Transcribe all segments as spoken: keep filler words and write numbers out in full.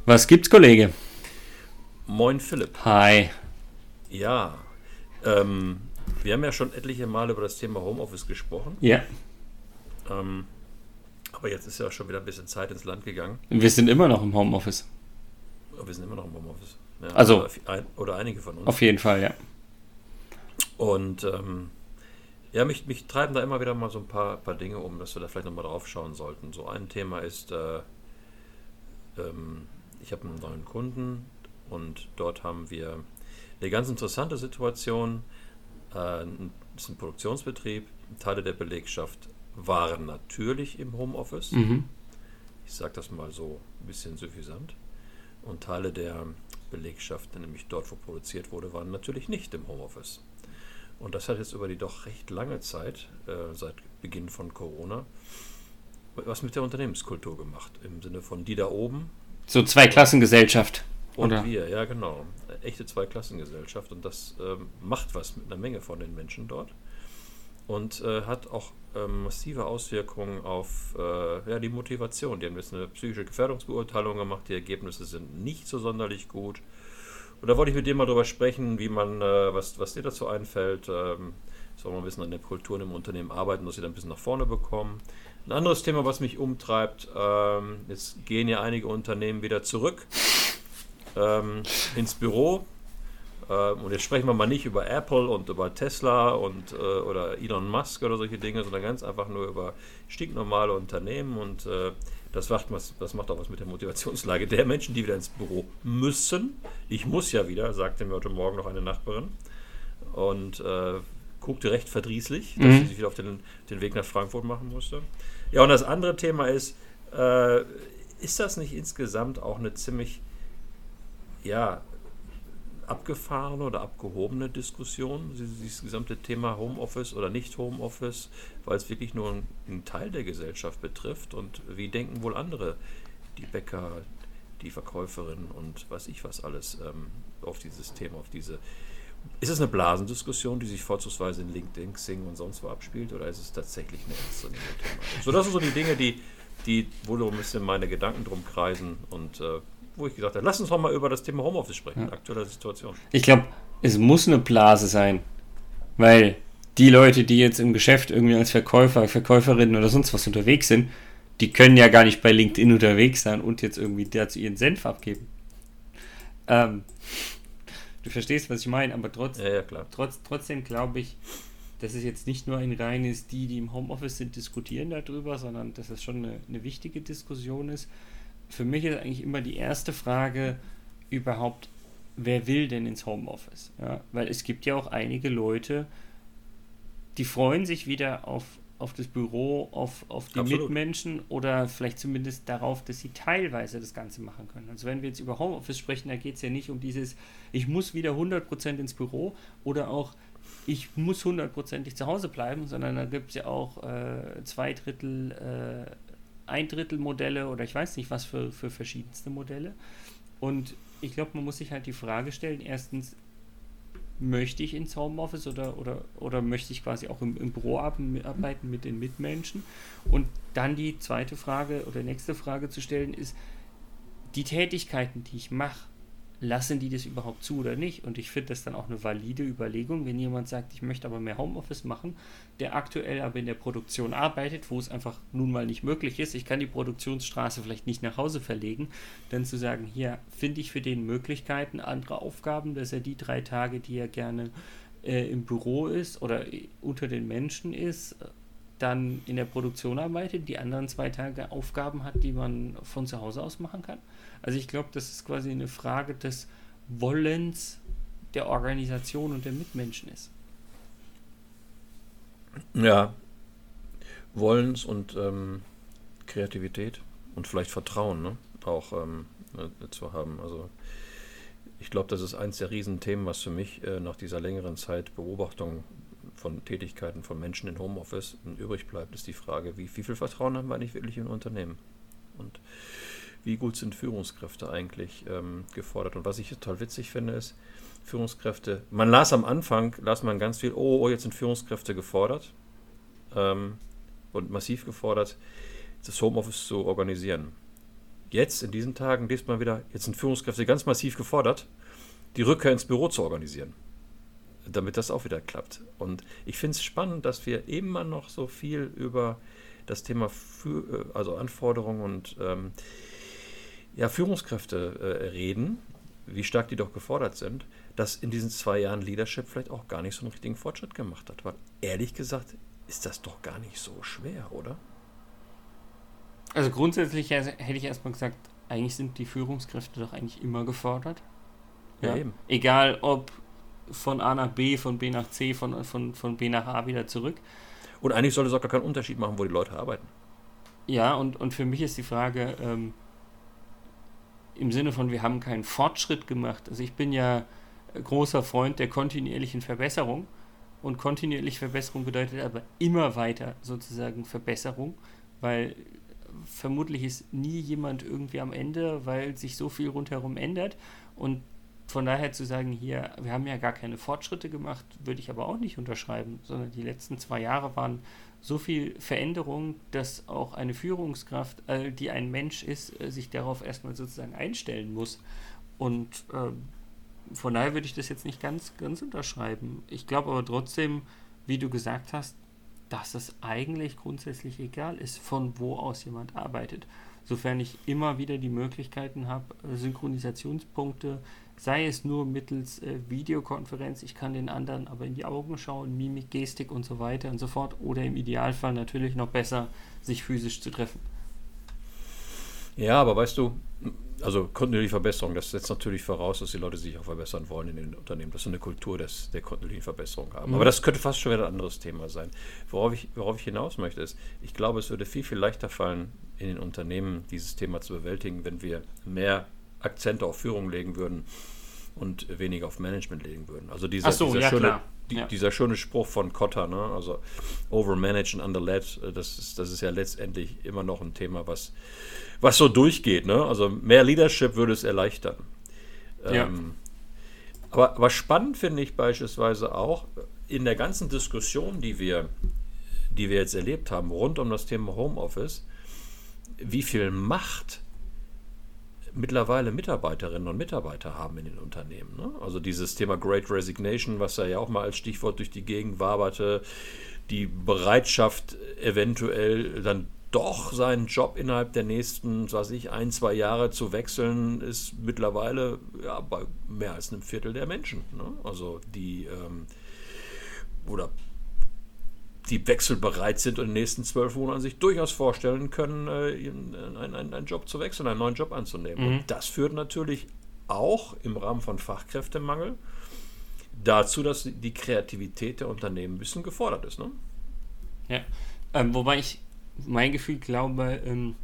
Was gibt's, Kollege? Moin Philipp. Hi. Ja, ähm, wir haben ja schon etliche Male über das Thema Homeoffice gesprochen, Ja, ähm, aber jetzt ist ja schon wieder ein bisschen Zeit ins Land gegangen. wir sind immer noch im Homeoffice. Aber wir sind immer noch im Homeoffice. Ja, Also, oder, ein, oder einige von uns. auf jeden Fall, ja. Und ähm, ja, mich, mich treiben da immer wieder mal so ein paar, paar Dinge um, dass wir da vielleicht nochmal drauf schauen sollten. So ein Thema ist, äh, ähm, ich habe einen neuen Kunden und dort haben wir eine ganz interessante Situation. Äh, es ist ein Produktionsbetrieb. Teile der Belegschaft waren natürlich im Homeoffice. Mhm. Ich sage das mal so ein bisschen suffisant. Und Teile der Belegschaft, nämlich dort, wo produziert wurde, waren natürlich nicht im Homeoffice. Und das hat jetzt über die doch recht lange Zeit, äh, seit Beginn von Corona, was mit der Unternehmenskultur gemacht. Im Sinne von die da oben So Zweiklassengesellschaft, und oder? wir, ja genau. Echte Zweiklassengesellschaft. Und das ähm, macht was mit einer Menge von den Menschen dort. Und äh, hat auch ähm, massive Auswirkungen auf äh, ja, die Motivation. Die haben jetzt eine psychische Gefährdungsbeurteilung gemacht. Die Ergebnisse sind nicht so sonderlich gut. Und da wollte ich mit dir mal drüber sprechen, wie man, äh, was, was dir dazu einfällt. Ähm, soll man ein bisschen an der Kultur im Unternehmen arbeiten, dass sie dann ein bisschen nach vorne bekommen. Ein anderes Thema, was mich umtreibt, ähm, jetzt gehen ja einige Unternehmen wieder zurück ähm, ins Büro. Ähm, und jetzt sprechen wir mal nicht über Apple und über Tesla und äh, oder Elon Musk oder solche Dinge, sondern ganz einfach nur über stinknormale Unternehmen. Und äh, das, macht was, das macht auch was mit der Motivationslage der Menschen, die wieder ins Büro müssen. Ich muss ja wieder, sagte mir heute Morgen noch eine Nachbarin. Und äh, guckte recht verdrießlich, dass Mhm. sie sich wieder auf den, den Weg nach Frankfurt machen musste. Ja, und das andere Thema ist, äh, ist das nicht insgesamt auch eine ziemlich, ja, abgefahrene oder abgehobene Diskussion, dieses gesamte Thema Homeoffice oder nicht Homeoffice, weil es wirklich nur einen, einen Teil der Gesellschaft betrifft. Und wie denken wohl andere, die Bäcker, die Verkäuferinnen und was ich was alles, ähm, auf dieses Thema, auf diese... Ist es eine Blasendiskussion, die sich vorzugsweise in LinkedIn, Xing und sonst wo abspielt, oder ist es tatsächlich eine ernstzunehmende Thema? So, das sind so die Dinge, die, die wo so ein bisschen meine Gedanken drum kreisen und äh, wo ich gesagt habe, lass uns doch mal über das Thema Homeoffice sprechen, Ja. in aktueller Situation. Ich glaube, es muss eine Blase sein, weil die Leute, die jetzt im Geschäft irgendwie als Verkäufer, Verkäuferinnen oder sonst was unterwegs sind, die können ja gar nicht bei LinkedIn unterwegs sein und jetzt irgendwie dazu ihren Senf abgeben. Ähm, du verstehst, was ich meine, aber trotz, Ja, ja, klar. trotz, trotzdem glaube ich, dass es jetzt nicht nur ein reines, die, die im Homeoffice sind, diskutieren darüber, sondern dass es schon eine, eine wichtige Diskussion ist. Für mich ist eigentlich immer die erste Frage überhaupt, wer will denn ins Homeoffice? Ja, weil es gibt ja auch einige Leute, die freuen sich wieder auf, auf das Büro, auf, auf die Absolut. Mitmenschen oder vielleicht zumindest darauf, dass sie teilweise das Ganze machen können. Also wenn wir jetzt über Homeoffice sprechen, da geht es ja nicht um dieses, ich muss wieder hundert Prozent ins Büro oder auch, ich muss hundertprozentig zu Hause bleiben, sondern da gibt es ja auch äh, zwei Drittel, äh, ein Drittel Modelle oder ich weiß nicht was für, für verschiedenste Modelle. Und ich glaube, man muss sich halt die Frage stellen, erstens, möchte ich ins Homeoffice oder, oder, oder möchte ich quasi auch im, im Büro arbeiten mit den Mitmenschen? Und dann die zweite Frage oder nächste Frage zu stellen ist, die Tätigkeiten, die ich mache, lassen die das überhaupt zu oder nicht? Und ich finde das dann auch eine valide Überlegung, wenn jemand sagt, ich möchte aber mehr Homeoffice machen, der aktuell aber in der Produktion arbeitet, wo es einfach nun mal nicht möglich ist, ich kann die Produktionsstraße vielleicht nicht nach Hause verlegen, dann zu sagen, hier finde ich für den Möglichkeiten, andere Aufgaben, dass er die drei Tage, die er gerne äh, im Büro ist oder äh, unter den Menschen ist, dann in der Produktion arbeitet, die anderen zwei Tage Aufgaben hat, die man von zu Hause aus machen kann. Also ich glaube, das ist quasi eine Frage des Wollens der Organisation und der Mitmenschen ist. Ja, Wollens und ähm, Kreativität und vielleicht Vertrauen, ne? Auch ähm, äh, zu haben. Also ich glaube, das ist eins der Riesenthemen, was für mich äh, nach dieser längeren Zeit Beobachtung von Tätigkeiten von Menschen in Homeoffice übrig bleibt, ist die Frage, wie, wie viel Vertrauen haben wir eigentlich wirklich in Unternehmen? Und wie gut sind Führungskräfte eigentlich ähm, gefordert? Und was ich total witzig finde, ist, Führungskräfte, man las am Anfang, las man ganz viel, oh, oh jetzt sind Führungskräfte gefordert ähm, und massiv gefordert, das Homeoffice zu organisieren. jetzt in diesen Tagen diesmal wieder, jetzt sind Führungskräfte ganz massiv gefordert, die Rückkehr ins Büro zu organisieren, damit das auch wieder klappt. Und ich finde es spannend, dass wir immer noch so viel über das Thema für, also Anforderungen und ähm, ja, Führungskräfte äh, reden, wie stark die doch gefordert sind, dass in diesen zwei Jahren Leadership vielleicht auch gar nicht so einen richtigen Fortschritt gemacht hat. Weil ehrlich gesagt ist das doch gar nicht so schwer, oder? Also grundsätzlich hätte ich erstmal gesagt, eigentlich sind die Führungskräfte doch eigentlich immer gefordert. Ja, ja, eben. Egal ob von A nach B, von B nach C, von, von, von B nach A wieder zurück. Und eigentlich sollte es auch gar keinen Unterschied machen, wo die Leute arbeiten. Ja, und, und für mich ist die Frage, ähm, im Sinne von, wir haben keinen Fortschritt gemacht. Also ich bin ja großer Freund der kontinuierlichen Verbesserung. Und kontinuierliche Verbesserung bedeutet aber immer weiter sozusagen Verbesserung, weil vermutlich ist nie jemand irgendwie am Ende, weil sich so viel rundherum ändert. Und von daher zu sagen, hier, wir haben ja gar keine Fortschritte gemacht, würde ich aber auch nicht unterschreiben, sondern die letzten zwei Jahre waren so viel Veränderung, dass auch eine Führungskraft, äh, die ein Mensch ist, äh, sich darauf erstmal sozusagen einstellen muss. Und äh, von daher würde ich das jetzt nicht ganz, ganz unterschreiben. Ich glaube aber trotzdem, wie du gesagt hast, dass es eigentlich grundsätzlich egal ist, von wo aus jemand arbeitet. Sofern ich immer wieder die Möglichkeiten habe, Synchronisationspunkte, sei es nur mittels äh, Videokonferenz, ich kann den anderen aber in die Augen schauen, Mimik, Gestik und so weiter und so fort, oder im Idealfall natürlich noch besser, sich physisch zu treffen. Ja, aber weißt du, also kontinuierliche Verbesserung, das setzt natürlich voraus, dass die Leute sich auch verbessern wollen in den Unternehmen, dass sie eine Kultur des, der kontinuierlichen Verbesserung haben. Mhm. Aber das könnte fast schon wieder ein anderes Thema sein. Worauf ich, worauf ich hinaus möchte, ist, ich glaube, es würde viel, viel leichter fallen, in den Unternehmen dieses Thema zu bewältigen, wenn wir mehr Akzente auf Führung legen würden und weniger auf Management legen würden. Also dieser, so, dieser, ja, schöne, die, ja. dieser schöne Spruch von Kotter, ne? Also overmanage and underled, das ist, das ist ja letztendlich immer noch ein Thema, was, was so durchgeht. Ne? Also mehr Leadership würde es erleichtern. Ja. Ähm, aber, aber spannend finde ich beispielsweise auch in der ganzen Diskussion, die wir, die wir jetzt erlebt haben, rund um das Thema Homeoffice, wie viel Macht mittlerweile Mitarbeiterinnen und Mitarbeiter haben in den Unternehmen. Ne? Also dieses Thema Great Resignation, was ja auch mal als Stichwort durch die Gegend waberte, die Bereitschaft eventuell dann doch seinen Job innerhalb der nächsten, was weiß ich, ein, zwei Jahre zu wechseln, ist mittlerweile ja, bei mehr als einem Viertel der Menschen. Ne? Also die ähm, oder die wechselbereit sind und in den nächsten zwölf Monaten sich durchaus vorstellen können, einen, einen, einen Job zu wechseln, einen neuen Job anzunehmen. Mhm. Und das führt natürlich auch im Rahmen von Fachkräftemangel dazu, dass die Kreativität der Unternehmen ein bisschen gefordert ist. Ne? Ja, ähm, wobei ich mein Gefühl glaube, ähm,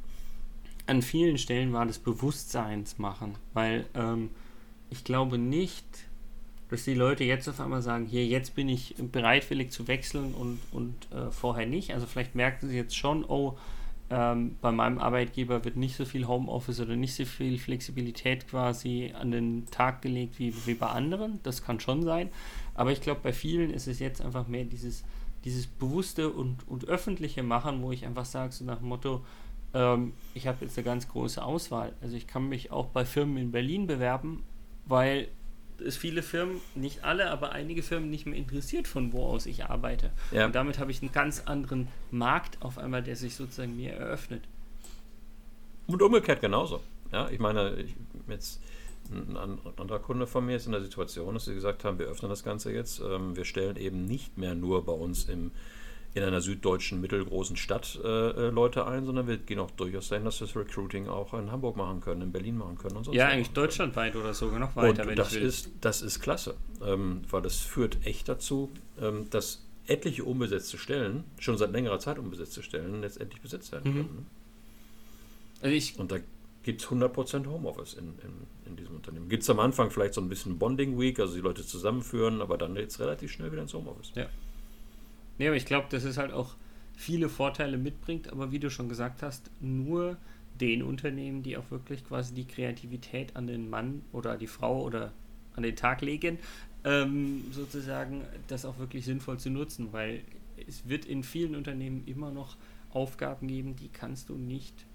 an vielen Stellen war das Bewusstseinsmachen, weil ähm, ich glaube nicht, dass die Leute jetzt auf einmal sagen, hier, jetzt bin ich bereitwillig zu wechseln und, und äh, vorher nicht. Also vielleicht merken sie jetzt schon, oh, ähm, bei meinem Arbeitgeber wird nicht so viel Homeoffice oder nicht so viel Flexibilität quasi an den Tag gelegt wie, wie bei anderen. Das kann schon sein. Aber ich glaube, bei vielen ist es jetzt einfach mehr dieses, dieses bewusste und, und öffentliche Machen, wo ich einfach sage, so nach dem Motto, ähm, ich habe jetzt eine ganz große Auswahl. Also ich kann mich auch bei Firmen in Berlin bewerben, weil es viele Firmen, nicht alle, aber einige Firmen nicht mehr interessiert, von wo aus ich arbeite. Ja. Und damit habe ich einen ganz anderen Markt auf einmal, der sich sozusagen mir eröffnet. Und umgekehrt genauso. Ja, ich meine, ich, jetzt ein anderer Kunde von mir ist in der Situation, dass sie gesagt haben, wir öffnen das Ganze jetzt. Ähm, wir stellen eben nicht mehr nur bei uns im in einer süddeutschen mittelgroßen Stadt äh, Leute ein, sondern wir gehen auch durchaus dahin, dass wir das Recruiting auch in Hamburg machen können, in Berlin machen können und sonst. Ja, eigentlich deutschlandweit oder sogar noch weiter, und wenn das ich will. ist das ist klasse, ähm, weil das führt echt dazu, ähm, dass etliche unbesetzte Stellen, schon seit längerer Zeit unbesetzte Stellen, letztendlich besetzt werden mhm. können. Ne? Also ich und da gibt es hundert Prozent Homeoffice in, in, in diesem Unternehmen. Gibt es am Anfang vielleicht so ein bisschen Bonding Week, also die Leute zusammenführen, aber dann geht es relativ schnell wieder ins Homeoffice. Ja. Nee, aber ich glaube, dass es halt auch viele Vorteile mitbringt, aber wie du schon gesagt hast, nur den Unternehmen, die auch wirklich quasi die Kreativität an den Mann oder die Frau oder an den Tag legen, ähm, sozusagen das auch wirklich sinnvoll zu nutzen, weil es wird in vielen Unternehmen immer noch Aufgaben geben, die kannst du nicht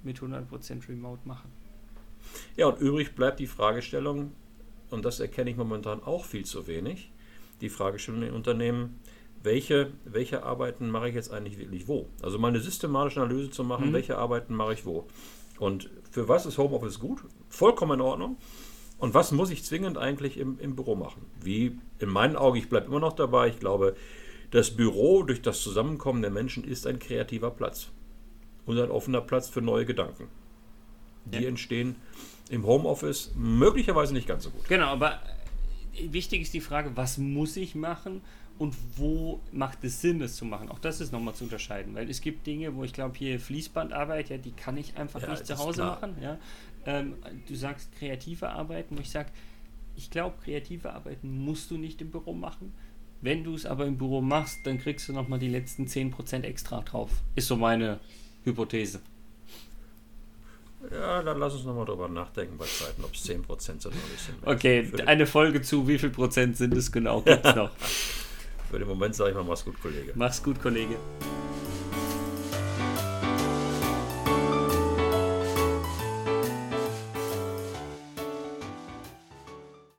mit hundert Prozent Remote machen. Ja, und übrig bleibt die Fragestellung, und das erkenne ich momentan auch viel zu wenig, die Fragestellung in den Unternehmen, welche, welche Arbeiten mache ich jetzt eigentlich wirklich wo? Also mal eine systematische Analyse zu machen, mhm. welche Arbeiten mache ich wo? Und für was ist Homeoffice gut? Vollkommen in Ordnung. Und was muss ich zwingend eigentlich im, im Büro machen? Wie in meinen Augen, ich bleibe immer noch dabei, ich glaube, das Büro durch das Zusammenkommen der Menschen ist ein kreativer Platz und ein offener Platz für neue Gedanken. Die ja. entstehen im Homeoffice möglicherweise nicht ganz so gut. Genau, aber wichtig ist die Frage, was muss ich machen und wo macht es Sinn, es zu machen? Auch das ist nochmal zu unterscheiden, weil es gibt Dinge, wo ich glaube, hier Fließbandarbeit, ja, die kann ich einfach ja, nicht zu Hause machen. Ja. Ähm, du sagst kreative Arbeiten, wo ich sage, ich glaube, kreative Arbeiten musst du nicht im Büro machen. Wenn du es aber im Büro machst, dann kriegst du nochmal die letzten zehn Prozent extra drauf. Ist so meine Hypothese. Ja, dann lass uns nochmal drüber nachdenken bei Zeiten, ob es zehn Prozent sind oder ein bisschen mehr. Okay, Für eine Folge zu, wie viel Prozent sind es genau, gibt es noch. Für den Moment sage ich mal, mach's gut, Kollege. Mach's gut, Kollege.